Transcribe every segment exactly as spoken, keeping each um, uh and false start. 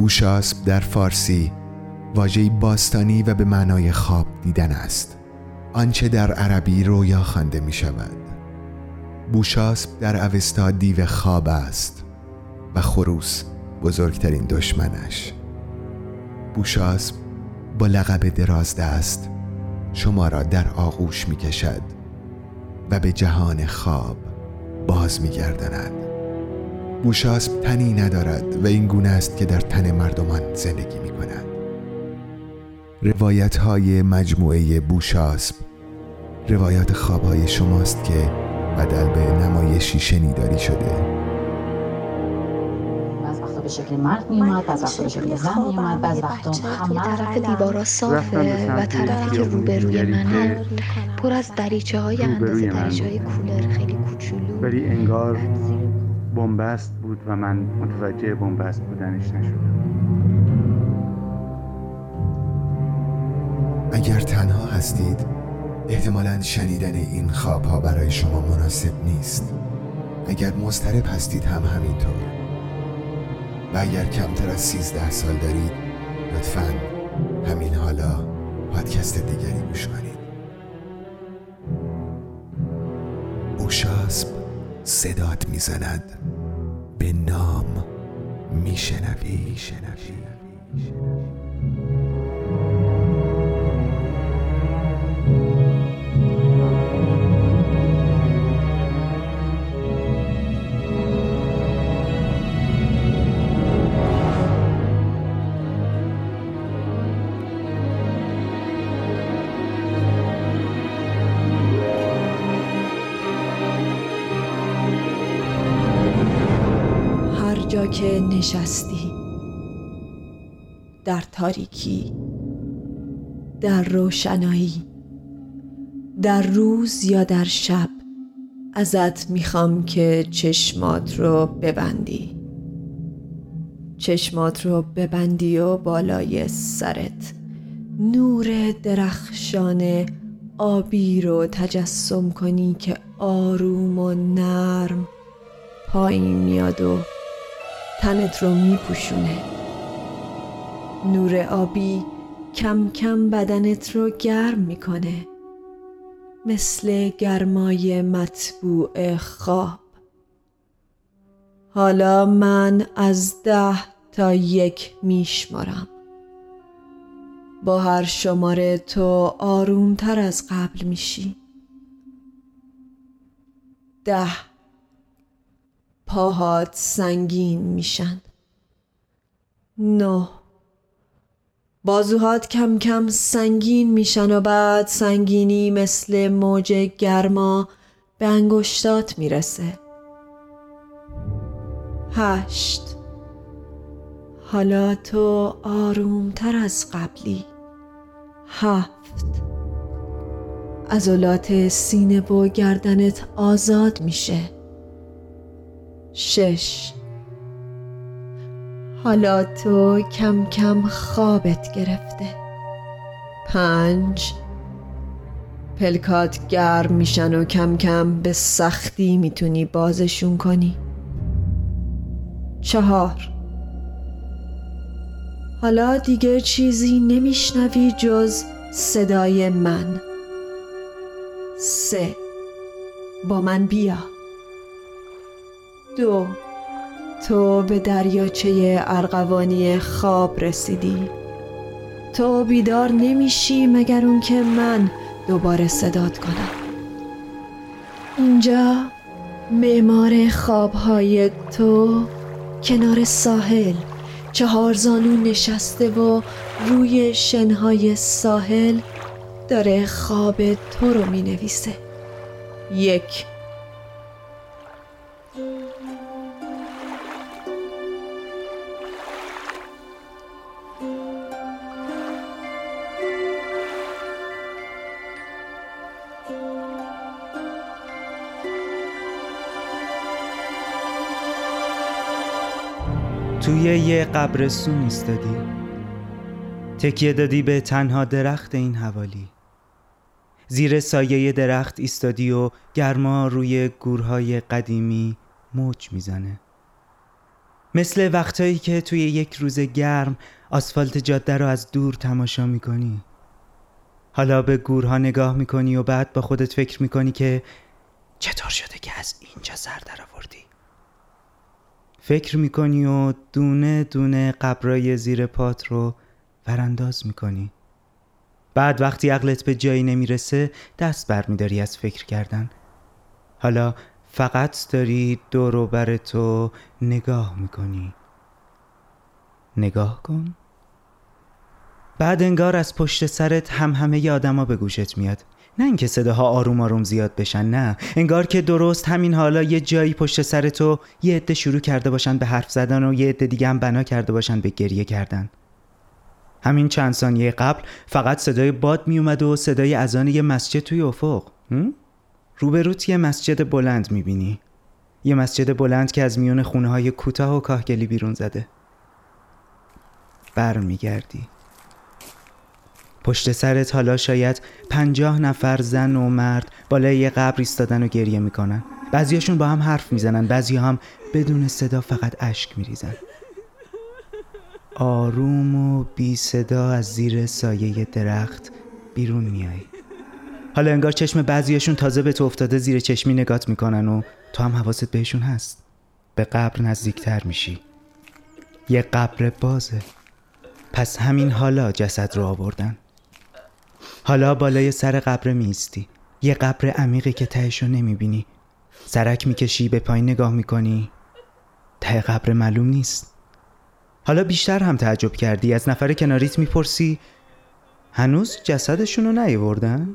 بوشاسب در فارسی واژه‌ای باستانی و به معنای خواب دیدن است، آنچه در عربی رویا خوانده می شود. بوشاسب در اوستا دیو خواب است و خروس بزرگترین دشمنش. بوشاسب با لقب درازدست شما را در آغوش می کشد و به جهان خواب باز می گرداند. بوشاسب تنی ندارد و این گونه است که در تن مردمان زندگی می کند. روایت های مجموعه بوشاسب روایات خوابهای شماست که بدل به نمایشی شنیداری شده. به شکل مرد می اومد، بعض وقتا به شکل زن می اومد، بعض وقتا هم طرف دیوارا صافه و طرفی که روبروی منه پر از دریچه های اندازه دریچه های کولر خیلی کوچولو، ولی انگار بنبست بود و من متوجه بنبست بودنش نشدم. اگر تنها هستید احتمالاً شنیدن این خوابها برای شما مناسب نیست. اگر مضطرب هستید هم همینطور. و اگر کمتر از سیزده سال دارید لطفاً همین حالا پادکست دیگری گوش کنید. بوشاسب صدات میزند، به نام میشنوی شنوی. جا که نشستی، در تاریکی، در روشنایی، در روز یا در شب، ازت میخوام که چشمات رو ببندی. چشمات رو ببندی و بالای سرت نور درخشان آبی رو تجسم کنی که آروم و نرم پایین میاد و تنت رو میپوشونه. نور آبی کم کم بدنت رو گرم میکنه، مثل گرمای مطبوع خواب. حالا من از ده تا یک میشمارم. با هر شماره تو آرومتر از قبل میشی. ده، پاهات سنگین میشن. نه، بازوهات کم کم سنگین میشن و بعد سنگینی مثل موج گرما به انگشتات میرسه. هشت، حالا تو آرومتر از قبلی. هفت، عضلات سینه و گردنت آزاد میشه. شش، حالا تو کم کم خوابت گرفته. پنج، پلکات گرم میشن و کم کم به سختی میتونی بازشون کنی. چهار، حالا دیگه چیزی نمیشنوی جز صدای من. سه، با من بیا. دو، تو به دریاچه ارغوانی خواب رسیدی. تو بیدار نمیشی مگر اون که من دوباره صدات کنم. اینجا معمار خوابهای تو کنار ساحل چهار زانو نشسته و روی شنهای ساحل داره خواب تو رو می نویسه. یک، توی یه قبرستون ایستادی، تکیه دادی به تنها درخت این حوالی. زیر سایه درخت ایستادی و گرما روی گورهای قدیمی موج میزنه. مثل وقتایی که توی یک روز گرم آسفالت جاده رو از دور تماشا میکنی. حالا به گورها نگاه میکنی و بعد با خودت فکر میکنی که چطور شده که از اینجا سر در آوردی؟ فکر میکنی و دونه دونه قبرای زیر پات رو ورانداز میکنی. بعد وقتی عقلت به جایی نمیرسه دست بر میداری از فکر کردن. حالا فقط داری دور و بر تو نگاه میکنی. نگاه کن. بعد انگار از پشت سرت هم همه ی آدما به گوشت میاد. نه اینکه صداها آروم آروم زیاد بشن، نه، انگار که درست همین حالا یه جایی پشت سر تو یه عده شروع کرده باشن به حرف زدن و یه عده دیگه هم بنا کرده باشن به گریه کردن. همین چند ثانیه قبل فقط صدای باد می اومد و صدای اذان یه مسجد توی افق. روبروت یه مسجد بلند می بینی. یه مسجد بلند که از میون خونه های کوتاه و کاهگلی بیرون زده. بر می گردی. پشت سرت حالا شاید پنجاه نفر زن و مرد بالای یه قبر ایستادن و گریه میکنن. بعضیاشون با هم حرف میزنن، بعضی هم بدون صدا فقط اشک میریزن. آروم و بی صدا از زیر سایه درخت بیرون میای. حالا انگار چشم بعضیاشون تازه به تو افتاده زیر چشمی نگات میکنن و تو هم حواست بهشون هست. به قبر نزدیکتر میشی. یه قبر بازه. پس همین حالا جسد رو آوردن. حالا بالای سر قبر میستی. یه قبر عمیقی که تهشو نمیبینی. سرک میکشی، به پایین نگاه میکنی. ته قبر معلوم نیست. حالا بیشتر هم تعجب کردی. از نفر کناریت میپرسی هنوز جسدشونو نیاوردن؟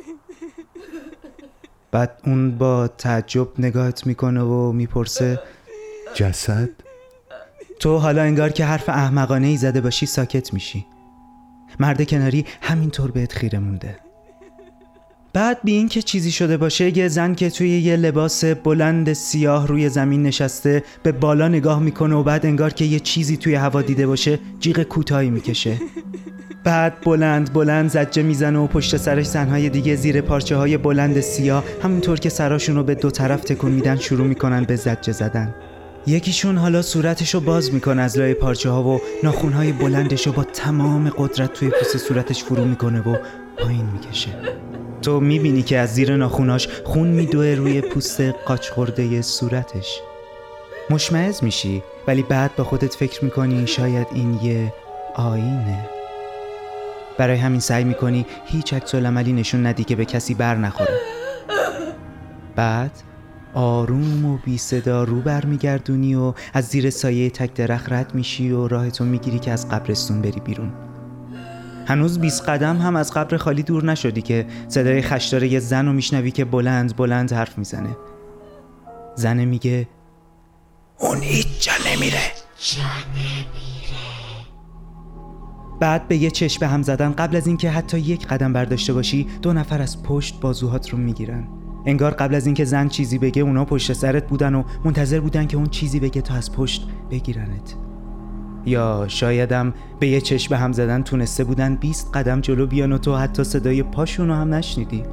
بعد اون با تعجب نگاهت میکنه و میپرسه جسد؟ تو حالا انگار که حرف احمقانه ای زده باشی ساکت میشی. مرد کناری همینطور بهت خیره مونده. بعد بی این که چیزی شده باشه یه زن که توی یه لباس بلند سیاه روی زمین نشسته به بالا نگاه میکنه و بعد انگار که یه چیزی توی هوا دیده باشه جیغ کوتاهی میکشه. بعد بلند بلند زجه میزنه و پشت سرش زنهای دیگه زیر پارچه های بلند سیاه همونطور که سراشون رو به دو طرف تکون میدن شروع میکنن به زجه زدن. یکیشون حالا صورتشو باز میکنه از لای پارچه ها و ناخونهای بلندشو با تمام قدرت توی پوست صورتش فرو میکنه و پایین میکشه. تو میبینی که از زیر ناخوناش خون میدوه روی پوست قاچ خورده صورتش. مشمئز میشی ولی بعد با خودت فکر میکنی شاید این یه آینه. برای همین سعی میکنی هیچ عکس‌العملی نشون ندی که به کسی بر نخوره. بعد آروم و بی صدا رو برمیگردونی و از زیر سایه تک درخت رد میشی و راهتو میگیری که از قبرستون بری بیرون. هنوز بیست قدم هم از قبر خالی دور نشدی که صدای خشدار یه زن رو میشنوی که بلند بلند حرف میزنه. زنه میگه اون هیچ جا نمیره. جا نمیره. بعد به یه چشم به هم زدن قبل از اینکه حتی یک قدم برداشته باشی دو نفر از پشت بازوهات رو میگیرن. انگار قبل از اینکه زن چیزی بگه اونا پشت سرت بودن و منتظر بودن که اون چیزی بگه تا از پشت بگیرنت. یا شایدم به یه چشم به هم زدن تونسته بودن بیست قدم جلو بیان و تو حتی صدای پاشونو هم نشنیدی.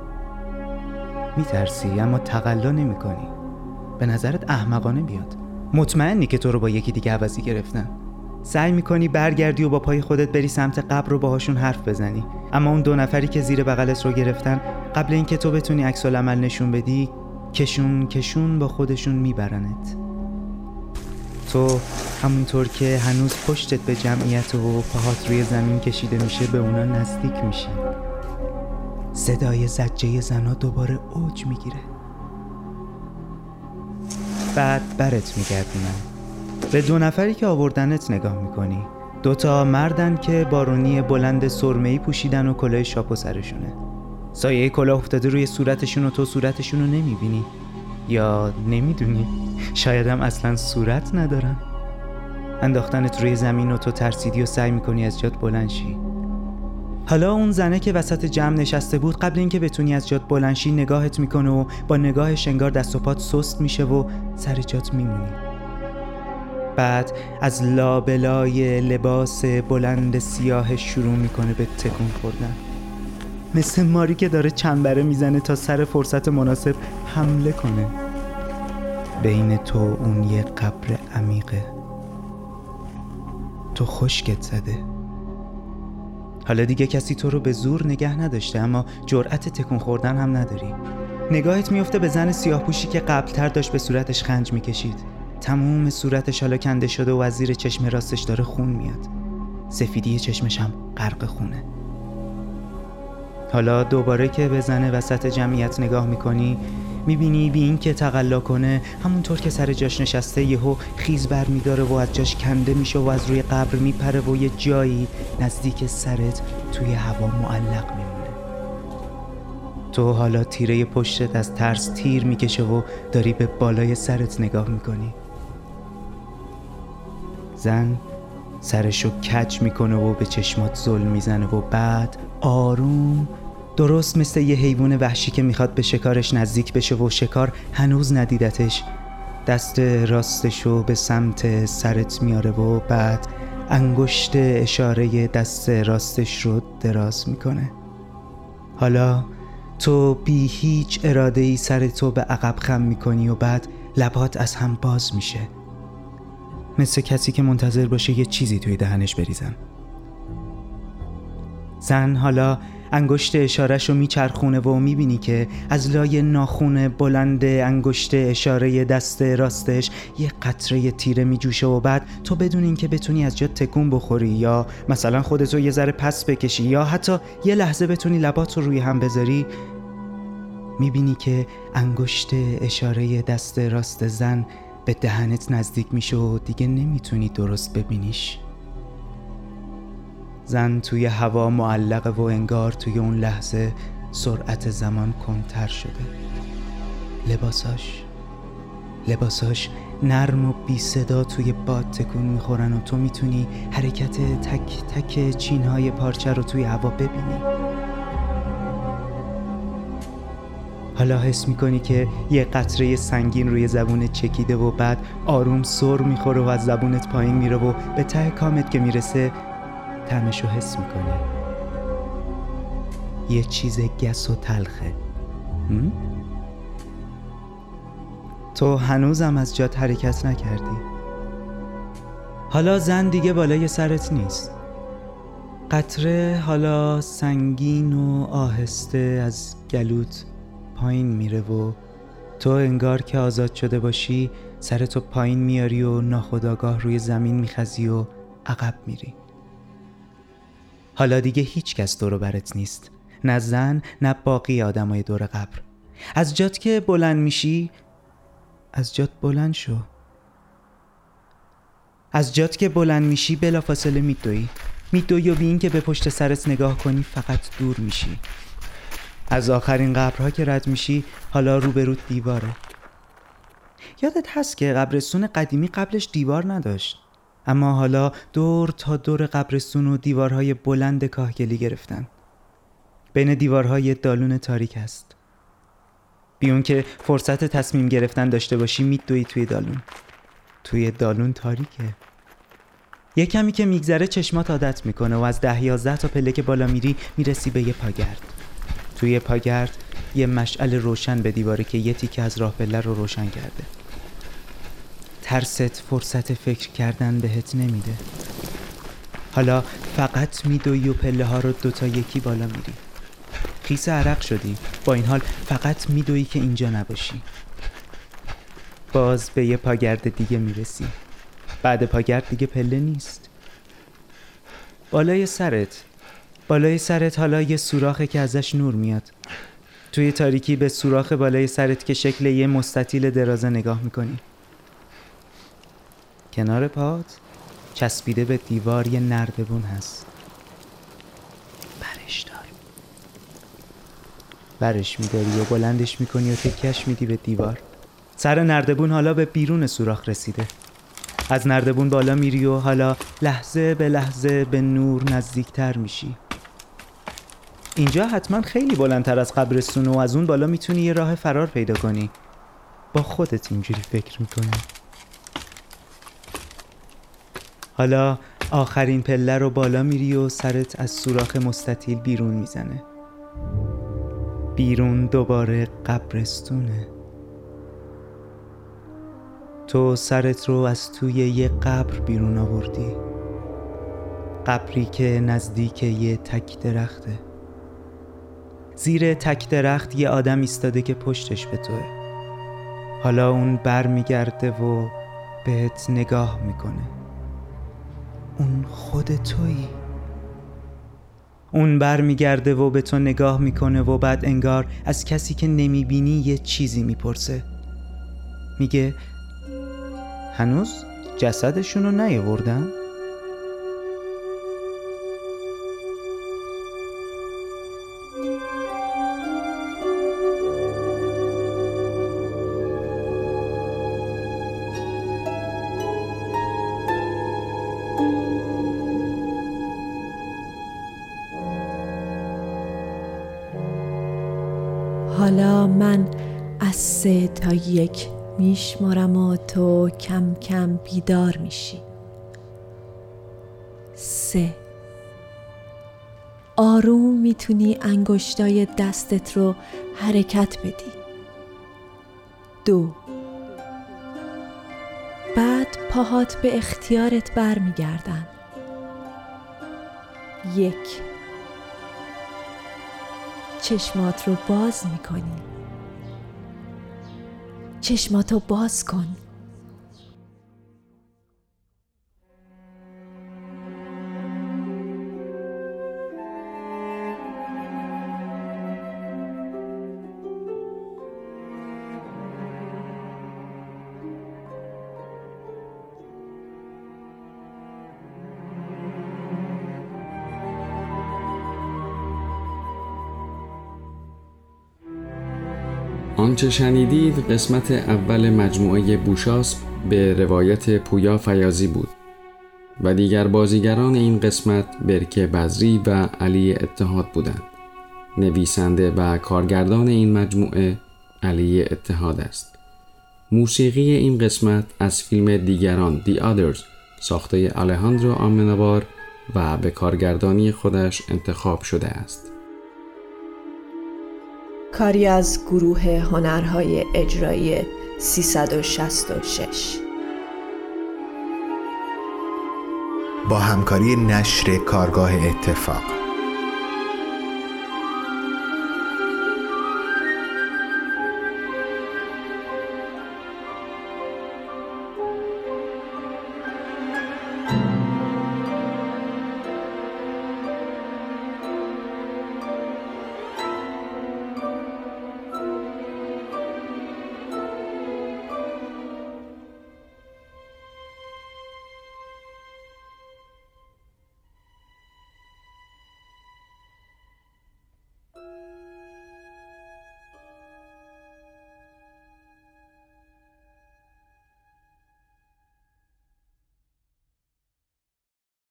میترسی اما تقلا نمی کنی. به نظرت احمقانه بیاد. مطمئنی که تو رو با یکی دیگه عوضی گرفتن. سعی میکنی برگردی و با پای خودت بری سمت قبر رو باهاشون حرف بزنی. اما اون دو نفری که زیر بغلت رو گرفتن قبل اینکه تو بتونی عکس العمل نشون بدی کشون کشون با خودشون میبرنت. تو همونطور که هنوز پشتت به جمعیت و پاهات روی زمین کشیده میشه به اونا نزدیک میشی. صدای زجه زنا دوباره اوج میگیره. بعد برت میگردونن. به دو نفری که آوردنت نگاه میکنی. دوتا مردن که بارونی بلند سرمه‌ای پوشیدن و کلاه شاپو سرشونه. سایه کلاه افتاده روی صورتشون و تو صورتشون رو نمیبینی یا نمیدونی. شاید هم اصلا صورت ندارن. انداختنت روی زمین و تو ترسیدی و سعی میکنی از جات بلند شی. حالا اون زنه که وسط جمع نشسته بود قبل اینکه بتونی از جات بلند شی نگاهت میکنه و با نگاهش انگار دست و پات سست میشه و سر جات میمونی. بعد از لابلای لباس بلند سیاهش شروع میکنه به تکون خوردن. مثل ماری که داره چنبره میزنه تا سر فرصت مناسب حمله کنه. بین تو اون یه قبر عمیقه. تو خشکت زده. حالا دیگه کسی تو رو به زور نگه نداشته، اما جرأت تکون خوردن هم نداری. نگاهت میفته به زن سیاه‌پوشی که قبلتر داشت به صورتش خنج میکشید. تموم صورتش حالا کنده شده و از زیر چشم راستش داره خون میاد. سفیدی چشمش هم غرق خونه. حالا دوباره که به زن وسط جمعیت نگاه میکنی، میبینی بی این که تقلا کنه همونطور که سر جاش نشسته یهو خیز بر میداره و از جاش کنده میشه و از روی قبر میپره و یه جایی نزدیک سرت توی هوا معلق میمونه. تو حالا تیره پشتت از ترس تیر میکشه و داری به بالای سرت نگاه میکنی. زن سرشو کج میکنه و به چشمات ظلم میزنه و بعد آروم، درست مثل یه حیوان وحشی که میخواد به شکارش نزدیک بشه و شکار هنوز ندیدتش، دست راستشو به سمت سرت میاره و بعد انگشت اشاره دست راستش رو دراز میکنه. حالا تو بی هیچ اراده‌ای سرتو به عقب خم میکنی و بعد لبات از هم باز میشه، مثل کسی که منتظر باشه یه چیزی توی دهنش بریزن. زن حالا انگشت اشارهش رو میچرخونه و میبینی که از لای ناخون بلند انگشت اشاره دست راستش یه قطره تیره میجوشه و بعد تو بدون این که بتونی از جات تکون بخوری یا مثلا خودتو یه ذره پس بکشی یا حتی یه لحظه بتونی لبات رو روی هم بذاری، میبینی که انگشت اشاره دست راست زن به دهنت نزدیک میشه و دیگه نمیتونی درست ببینیش. زن توی هوا معلقه و انگار توی اون لحظه سرعت زمان کمتر شده. لباساش لباساش نرم و بی صدا توی باد تکون میخورن و تو میتونی حرکت تک تک چینهای پارچه رو توی هوا ببینی. حالا حس میکنی که یه قطره سنگین روی زبونت چکیده و بعد آروم سر میخوره و از زبونت پایین میره و به ته کامت که میرسه طعمشو حس میکنی. یه چیز گس و تلخه. هم؟ تو هنوزم از جات حرکت نکردی. حالا زن دیگه بالای سرت نیست. قطره حالا سنگین و آهسته از گلوت پایین میره و تو انگار که آزاد شده باشی سرتو پایین میاری و ناخودآگاه روی زمین میخزی و عقب میری. حالا دیگه هیچ کس دور و برت نیست، نه زن نه باقی آدمای دور قبر. از جات که بلند میشی، از جات بلند شو. از جات که بلند میشی بلافاصله میدوی میدوی و بی این که به پشت سرت نگاه کنی فقط دور میشی. از آخرین قبرها که رد میشی حالا روبروت دیواره. یادت هست که قبرستون قدیمی قبلش دیوار نداشت، اما حالا دور تا دور قبرستون و دیوارهای بلند کاهگلی گرفتن. بین دیوارهای دالون تاریک است. بی اون که فرصت تصمیم گرفتن داشته باشی میدوی توی دالون. توی دالون تاریکه. یه کمی که میگذره چشمات عادت میکنه و از ده یازده تا پله که بالا میری میرسی به یه پاگرد. توی پاگرد یه مشعل روشن به دیواره که یه تیکه از راه پله رو روشن کرده. ترست فرصت فکر کردن بهت نمیده. حالا فقط میدوی و پله ها رو دوتا یکی بالا میری. خیس عرق شدی، با این حال فقط میدوی که اینجا نباشی. باز به یه پاگرد دیگه میرسی. بعد پاگرد دیگه پله نیست. بالای سرت بالای سرت حالا یه سوراخه که ازش نور میاد. توی تاریکی به سوراخ بالای سرت که شکل یه مستطیل درازه نگاه میکنی. کنار پات چسبیده به دیوار یه نردبون هست. برش دار. برش میداری و بلندش میکنی و تکیش میدی به دیوار. سر نردبون حالا به بیرون سوراخ رسیده. از نردبون بالا میری و حالا لحظه به لحظه به نور نزدیکتر میشی. اینجا حتما خیلی بلندتر از قبرستون و از اون بالا میتونی یه راه فرار پیدا کنی. با خودت اینجوری فکر میکنی. حالا آخرین پله رو بالا میری و سرت از سوراخ مستطیل بیرون میزنه. بیرون دوباره قبرستونه. تو سرت رو از توی یه قبر بیرون آوردی. قبری که نزدیک یه تک درخته. زیر تک درخت یه آدم ایستاده که پشتش به توه. حالا اون بر میگرده و بهت نگاه میکنه. اون خود تویی. اون بر میگرده و به تو نگاه میکنه و بعد انگار از کسی که نمیبینی یه چیزی میپرسه. میگه هنوز جسدشونو نیاوردن؟ حالا من از سه تا یک میشمارم و تو کم کم بیدار میشی. سه. آروم میتونی انگشتای دستت رو حرکت بدی. دو. بعد پاهات به اختیارت برمیگردن. یک. چشمات رو باز میکنی. چشماتو باز کن. آنچه شنیدید قسمت اول مجموعه بوشاسپ به روایت پویا فیاضی بود و دیگر بازیگران این قسمت برکه بزری و علی اتحاد بودند. نویسنده و کارگردان این مجموعه علی اتحاد است. موسیقی این قسمت از فیلم دیگران The Others ساخته آلهاندرو آمنوار و به کارگردانی خودش انتخاب شده است. کاری از گروه هنرهای اجرایی سیصد و شصت و شش با همکاری نشر کارگاه اتفاق.